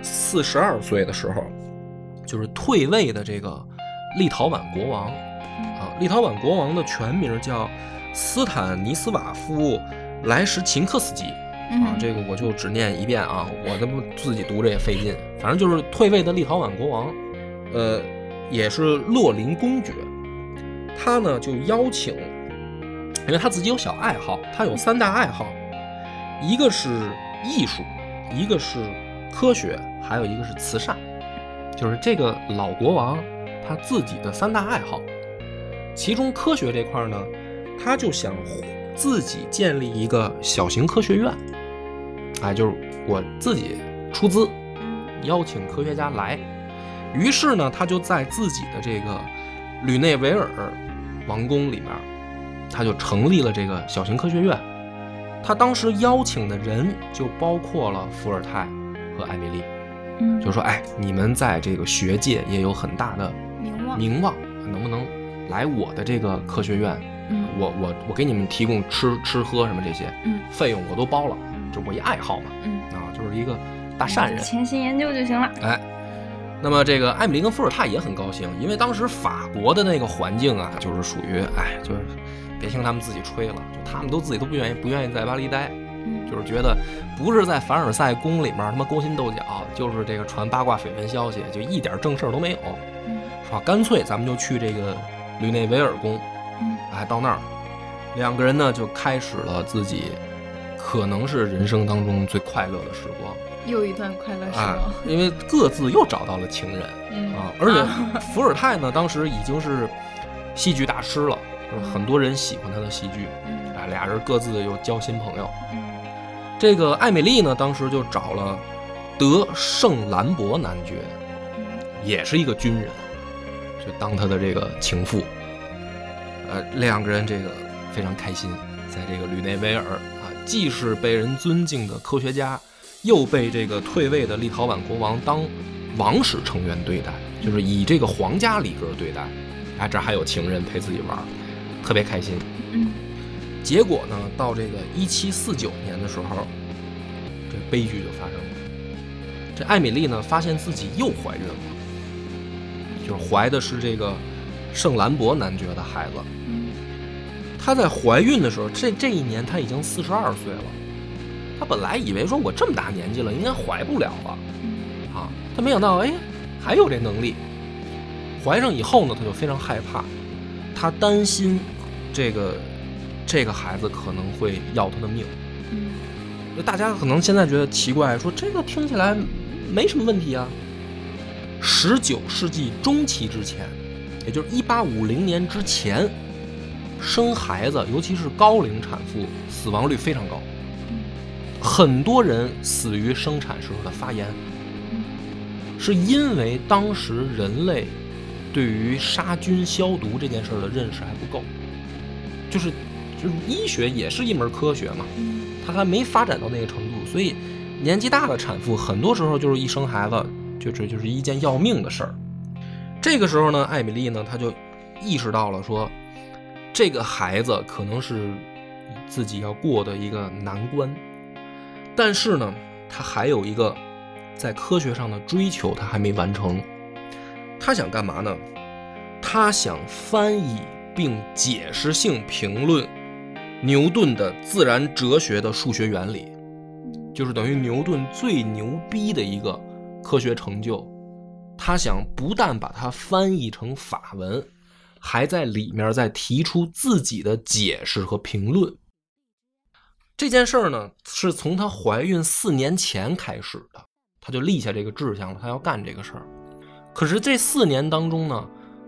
42岁的时候，就是退位的这个立陶宛国王啊，立陶宛国王的全名叫斯坦尼斯瓦夫莱什琴克斯基啊，这个我就只念一遍啊，我这不自己读着也费劲，反正就是退位的立陶宛国王，也是洛林公爵，他呢就邀请。因为他自己有小爱好，他有3大爱好，一个是艺术，一个是科学，还有一个是慈善。就是这个老国王他自己的3大爱好，其中科学这块呢，他就想自己建立一个小型科学院，哎，就是我自己出资邀请科学家来。于是呢，他就在自己的这个吕内维尔王宫里面，他就成立了这个小型科学院。他当时邀请的人就包括了伏尔泰和艾米丽，就说哎，你们在这个学界也有很大的名望，能不能来我的这个科学院？我给你们提供吃喝什么这些，费用我都包了，这我一爱好嘛，就是一个大善人， 潜心研究就行了。 哎，那么这个艾米丽跟伏尔泰也很高兴，因为当时法国的那个环境啊，就是属于就是别听他们自己吹了，就他们自己都不愿意在巴黎待，就是觉得不是在凡尔赛宫里面他妈勾心斗角，就是这个传八卦绯闻消息，就一点正事都没有，说干脆咱们就去这个吕内维尔宫，到那儿2个人呢就开始了自己可能是人生当中最快乐的时光， 又一段快乐时光， 因为各自又找到了情人，而且伏尔泰呢当时已经是戏剧大师了，就是很多人喜欢他的戏剧，俩人各自又交新朋友。这个艾米丽呢当时就找了德圣兰博男爵，也是一个军人，就当他的这个情妇。2个人这个非常开心，在这个吕内维尔既是被人尊敬的科学家，又被这个退位的立陶宛国王当王室成员对待，就是以这个皇家礼格对待。这还有情人陪自己玩，特别开心。结果呢，到这个1749年的时候，这悲剧就发生了。这艾米丽呢，发现自己又怀孕了，就是怀的是这个圣兰博男爵的孩子。她在怀孕的时候，这一年她已经42岁了。她本来以为说我这么大年纪了，应该怀不了了，她没想到还有这能力。怀上以后呢，她就非常害怕，她担心这个孩子可能会要她的命。大家可能现在觉得奇怪，说这个听起来没什么问题啊。19世纪中期之前，也就是1850年之前，生孩子尤其是高龄产妇死亡率非常高，很多人死于生产时候的发炎，是因为当时人类对于杀菌消毒这件事的认识还不够，就是医学也是一门科学嘛，它还没发展到那个程度，所以年纪大的产妇很多时候就是一生孩子就是一件要命的事儿。这个时候呢，艾米丽呢，她就意识到了说，这个孩子可能是自己要过的一个难关，但是呢，她还有一个在科学上的追求，她还没完成。她想干嘛呢？她想翻译并解释性评论牛顿的自然哲学的数学原理，就是等于牛顿最牛逼的一个科学成就。他想不但把它翻译成法文，还在里面再提出自己的解释和评论。这件事呢，是从她怀孕4年前开始的，她就立下这个志向了，她要干这个事儿。可是这4年当中呢，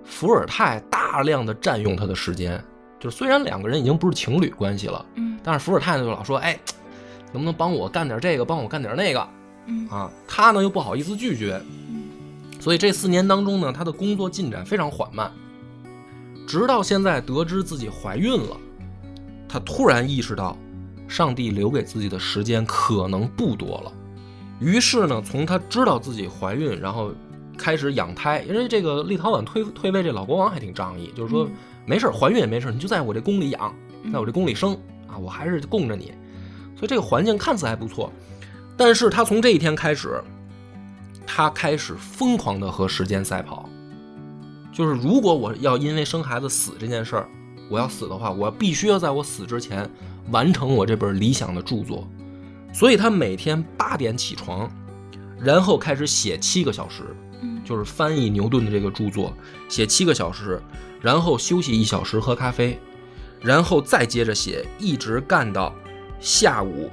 伏尔泰大量的占用他的时间，就是虽然两个人已经不是情侣关系了，但是伏尔泰呢就老说，哎，能不能帮我干点这个，帮我干点那个，啊，他呢又不好意思拒绝，所以这4年当中呢，他的工作进展非常缓慢，直到现在得知自己怀孕了，他突然意识到，上帝留给自己的时间可能不多了，于是呢，从他知道自己怀孕，然后开始养胎，因为这个立陶宛退位这老国王还挺仗义，就是说没事，怀孕也没事，你就在我这宫里养，在我这宫里生啊，我还是供着你，所以这个环境看似还不错。但是他从这一天开始，他开始疯狂的和时间赛跑，就是如果我要因为生孩子死这件事儿，我要死的话，我必须要在我死之前完成我这本理想的著作。所以他每天8点起床，然后开始写7个小时，就是翻译牛顿的这个著作，写7个小时，然后休息1小时喝咖啡，然后再接着写，一直干到下午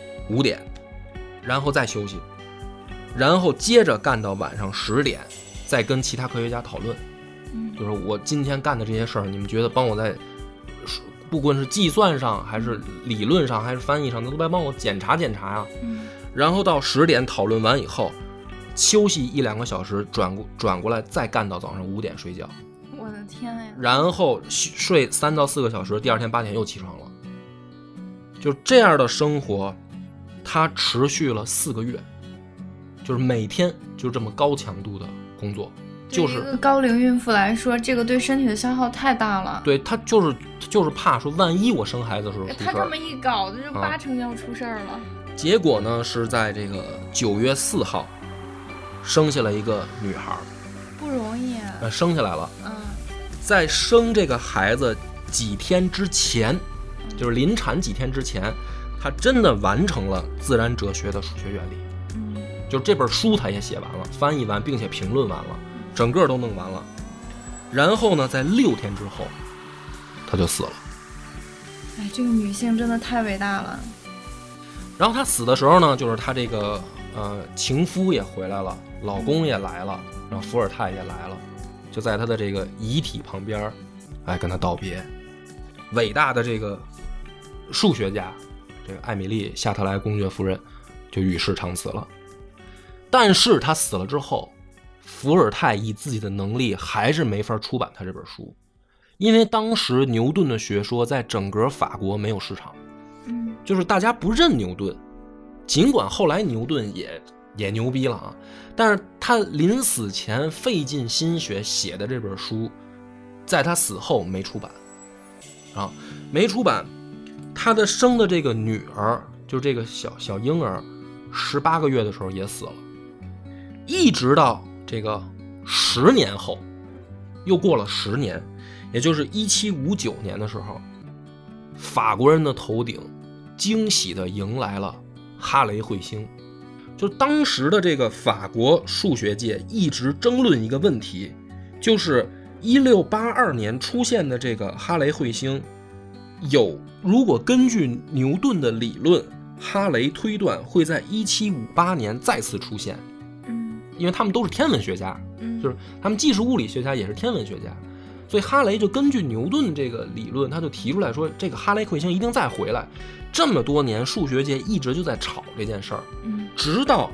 5点，然后再休息，然后接着干到晚上10点，再跟其他科学家讨论，就是我今天干的这些事儿，你们觉得帮我在不管是计算上还是理论上还是翻译上，都来帮我检查检查呀。然后到10点讨论完以后，休息1-2个小时，转过来再干到早上5点睡觉。 我的天呀！ 然后睡3到4个小时，第二天8点又起床了。就这样的生活，他持续了4个月，就是每天就这么高强度的工作。就是对一个高龄孕妇来说，这个对身体的消耗太大了。 对，他就是怕说，万一我生孩子的时候出事， 他这么一搞，这就80%要出事儿了。 结果呢，是在这个9月4号生下了一个女孩， 不容易啊。 生下来了。在生这个孩子几天之前，就是临产几天之前，他真的完成了自然哲学的数学原理。就这本书他也写完了，翻译完，并且评论完了。整个都弄完了，然后呢，在6天之后，她就死了。 哎，这个女性真的太伟大了。 然后她死的时候呢，就是她这个情夫也回来了，老公也来了，然后伏尔泰也来了，就在她的这个遗体旁边，来跟她道别。伟大的这个数学家，这个艾米丽·夏特莱公爵夫人就与世长辞了。但是她死了之后，伏尔泰以自己的能力还是没法出版他这本书，因为当时牛顿的学说在整个法国没有市场，就是大家不认牛顿，尽管后来牛顿也牛逼了啊，但是他临死前费尽心血写的这本书，在他死后没出版啊，没出版。他的生的这个女儿，就是这个小婴儿，18个月的时候也死了，一直到这个10年后，又过了10年，也就是1759年的时候，法国人的头顶惊喜地迎来了哈雷彗星。就当时的这个法国数学界一直争论一个问题，就是1682年出现的这个哈雷彗星，如果根据牛顿的理论，哈雷推断会在1758年再次出现。因为他们都是天文学家，就是他们既是物理学家也是天文学家，所以哈雷就根据牛顿这个理论，他就提出来说，这个哈雷彗星一定再回来。这么多年数学界一直就在吵这件事儿，直到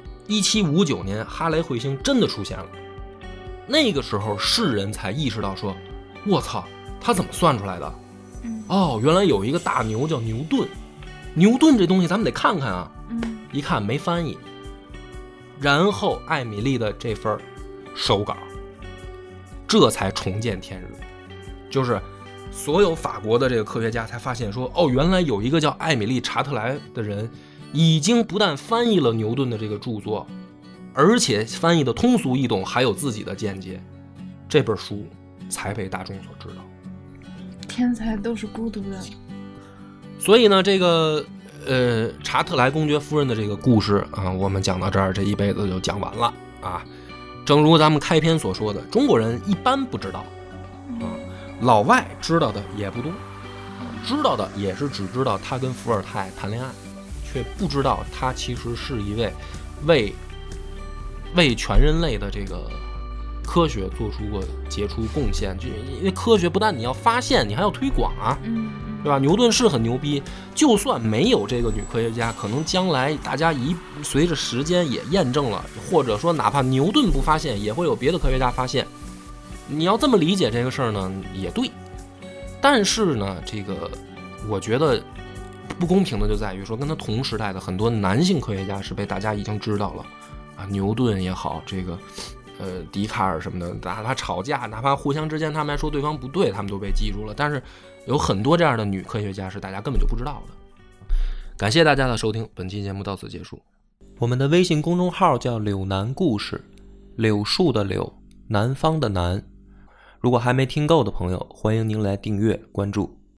1759年哈雷彗星真的出现了，那个时候世人才意识到说，我操，他怎么算出来的？原来有一个大牛叫牛顿，牛顿这东西咱们得看看啊。一看没翻译。然后艾米丽的这份手稿，这才重见天日。就是所有法国的这个科学家才发现说，原来有一个叫艾米丽·查特莱的人，已经不但翻译了牛顿的这个著作，而且翻译的通俗易懂，还有自己的见解。这本书才被大众所知道。 天才都是孤独的。 所以呢，这个查特莱公爵夫人的这个故事啊，我们讲到这儿，这一辈子就讲完了啊。正如咱们开篇所说的，中国人一般不知道啊，老外知道的也不多，知道的也是只知道他跟伏尔泰谈恋爱，却不知道他其实是一位为全人类的这个科学做出过杰出贡献，就因为科学不但你要发现，你还要推广啊，对吧？牛顿是很牛逼，就算没有这个女科学家，可能将来大家随着时间也验证了，或者说哪怕牛顿不发现，也会有别的科学家发现。你要这么理解这个事儿呢，也对。但是呢，这个我觉得不公平的就在于说，跟他同时代的很多男性科学家是被大家已经知道了啊，牛顿也好，这个笛卡尔什么的，哪怕吵架，哪怕互相之间他们还说对方不对，他们都被记住了。但是有很多这样的女科学家是大家根本就不知道的。感谢大家的收听，本期节目到此结束。我们的微信公众号叫柳南故事，柳树的柳，南方的南。如果还没听够的朋友，欢迎您来订阅关注。